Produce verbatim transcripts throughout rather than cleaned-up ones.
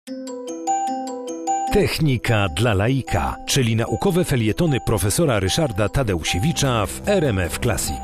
Technika dla laika, czyli naukowe felietony profesora Ryszarda Tadeusiewicza w R M F Classic.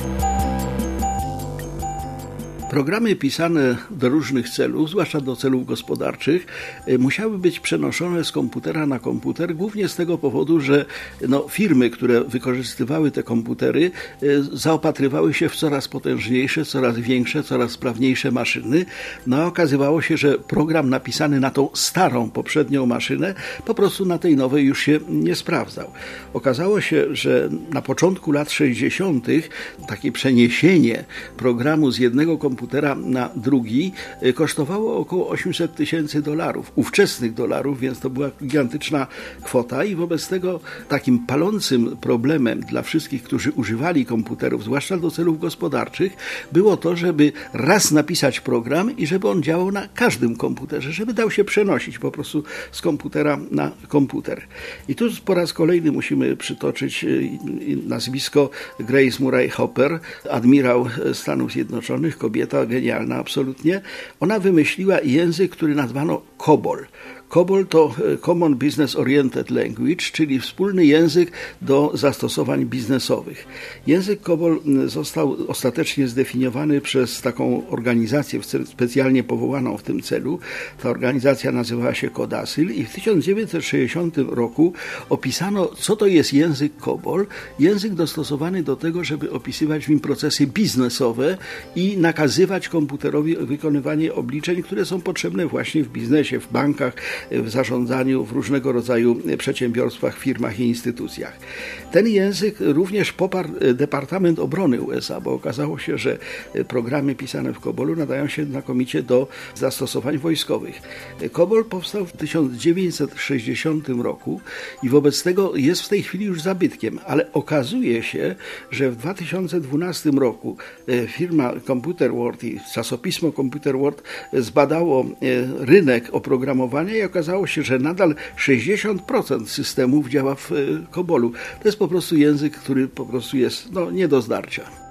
Programy pisane do różnych celów, zwłaszcza do celów gospodarczych, musiały być przenoszone z komputera na komputer, głównie z tego powodu, że no, firmy, które wykorzystywały te komputery, zaopatrywały się w coraz potężniejsze, coraz większe, coraz sprawniejsze maszyny. No a okazywało się, że program napisany na tą starą, poprzednią maszynę po prostu na tej nowej już się nie sprawdzał. Okazało się, że na początku lat sześćdziesiątych takie przeniesienie programu z jednego komputera komputera na drugi kosztowało około osiemset tysięcy dolarów, ówczesnych dolarów, więc to była gigantyczna kwota i wobec tego takim palącym problemem dla wszystkich, którzy używali komputerów, zwłaszcza do celów gospodarczych, było to, żeby raz napisać program i żeby on działał na każdym komputerze, żeby dał się przenosić po prostu z komputera na komputer. I tu po raz kolejny musimy przytoczyć nazwisko Grace Murray Hopper, admirał Stanów Zjednoczonych, kobieta genialna absolutnie. Ona wymyśliła język, który nazwano COBOL. COBOL to Common Business Oriented Language, czyli wspólny język do zastosowań biznesowych. Język COBOL został ostatecznie zdefiniowany przez taką organizację specjalnie powołaną w tym celu. Ta organizacja nazywała się CODASIL i w tysiąc dziewięćset sześćdziesiątym roku opisano, co to jest język COBOL. Język dostosowany do tego, żeby opisywać w nim procesy biznesowe i nakazywać komputerowi wykonywanie obliczeń, które są potrzebne właśnie w biznesie, w bankach, w zarządzaniu, w różnego rodzaju przedsiębiorstwach, firmach i instytucjach. Ten język również poparł Departament Obrony U S A, bo okazało się, że programy pisane w COBOLu nadają się znakomicie do zastosowań wojskowych. COBOL powstał w tysiąc dziewięćset sześćdziesiątym roku i wobec tego jest w tej chwili już zabytkiem, ale okazuje się, że w dwa tysiące dwunastym roku firma Computer World i czasopismo Computer World zbadało rynek oprogramowania i okazało się, że nadal sześćdziesiąt procent systemów działa w COBOLu. To jest po prostu język, który po prostu jest no, nie do zdarcia.